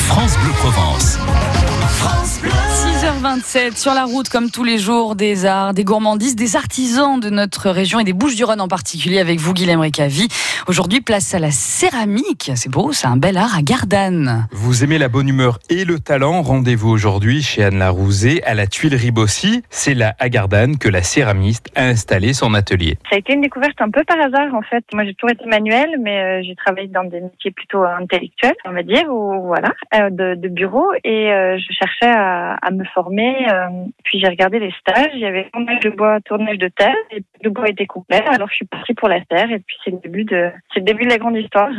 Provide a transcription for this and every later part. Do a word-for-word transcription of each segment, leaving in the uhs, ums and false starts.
France Bleu Provence. France Bleu. six heures vingt-sept, sur la route comme tous les jours, des arts, des gourmandises, des artisans de notre région et des Bouches-du-Rhône en particulier avec vous, Guilhem Récavy. Aujourd'hui, place à la céramique. C'est beau, c'est un bel art à Gardanne. Vous aimez la bonne humeur et le talent? Rendez-vous aujourd'hui chez Anne Larouzé à la Tuilerie Bossy. C'est là à Gardanne que la céramiste a installé son atelier. Ça a été une découverte un peu par hasard en fait. Moi j'ai toujours été manuelle, mais euh, j'ai travaillé dans des métiers plutôt intellectuels, on va dire, ou voilà, euh, de, de bureau. Et euh, je cherchais à, à me former. Euh, puis j'ai regardé les stages. Il y avait tournage de bois, tournage de terre. Et le bois était complet. Alors je suis partie pour la terre. Et puis c'est le début de, c'est le début de la grande histoire.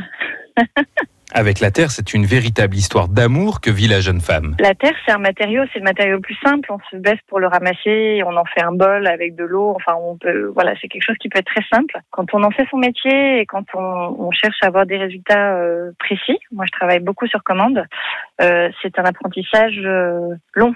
Avec la terre, c'est une véritable histoire d'amour que vit la jeune femme. La terre, c'est un matériau, c'est le matériau le plus simple. On se baisse pour le ramasser, on en fait un bol avec de l'eau. Enfin, on peut, voilà, c'est quelque chose qui peut être très simple. Quand on en fait son métier et quand on, on cherche à avoir des résultats euh, précis, moi je travaille beaucoup sur commande, euh, c'est un apprentissage euh, long.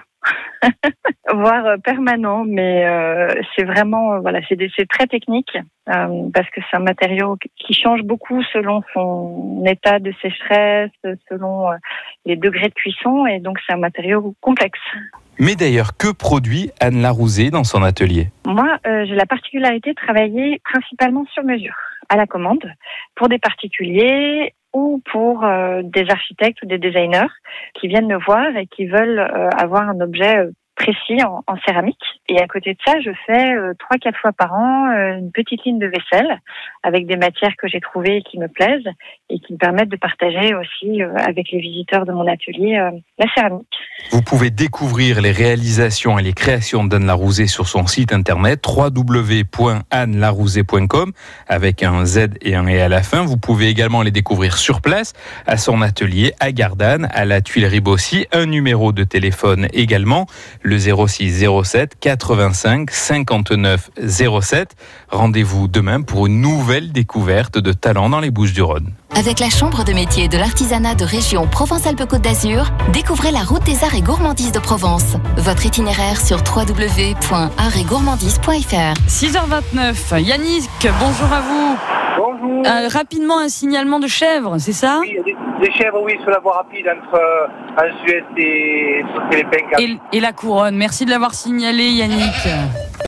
voire permanent, mais euh, c'est vraiment, euh, voilà, c'est, des, c'est très technique euh, parce que c'est un matériau qui change beaucoup selon son état de sécheresse, selon euh, les degrés de cuisson, et donc c'est un matériau complexe. Mais d'ailleurs, que produit Anne Larouzé dans son atelier? Moi, euh, j'ai la particularité de travailler principalement sur mesure, à la commande, pour des particuliers ou pour euh, des architectes ou des designers qui viennent me voir et qui veulent euh, avoir un objet euh, précis en, en céramique. Et à côté de ça, je fais euh, trois, quatre fois par an euh, une petite ligne de vaisselle avec des matières que j'ai trouvées et qui me plaisent et qui me permettent de partager aussi euh, avec les visiteurs de mon atelier euh, la céramique. Vous pouvez découvrir les réalisations et les créations d'Anne Larouzé sur son site internet w w w point anne larouzé point com avec un Z et un E à la fin. Vous pouvez également les découvrir sur place à son atelier à Gardanne, à la Tuilerie Bossy. Un numéro de téléphone également, le zéro six zéro sept quatre-vingt-cinq cinquante-neuf zéro sept. Rendez-vous demain pour une nouvelle découverte de talent dans les Bouches-du-Rhône. Avec la Chambre de métier de l'artisanat de région Provence-Alpes-Côte d'Azur, découvrez la route des arts et gourmandises de Provence. Votre itinéraire sur w w w point arts et gourmandises point f r. six heures vingt-neuf, Yannick, bonjour à vous. Bonjour. Euh, rapidement, un signalement de chèvre, c'est ça? Oui, des, des chèvres, oui, sur la voie rapide entre euh, en Suède et sur les Péncas. Et, et la couronne, merci de l'avoir signalé, Yannick.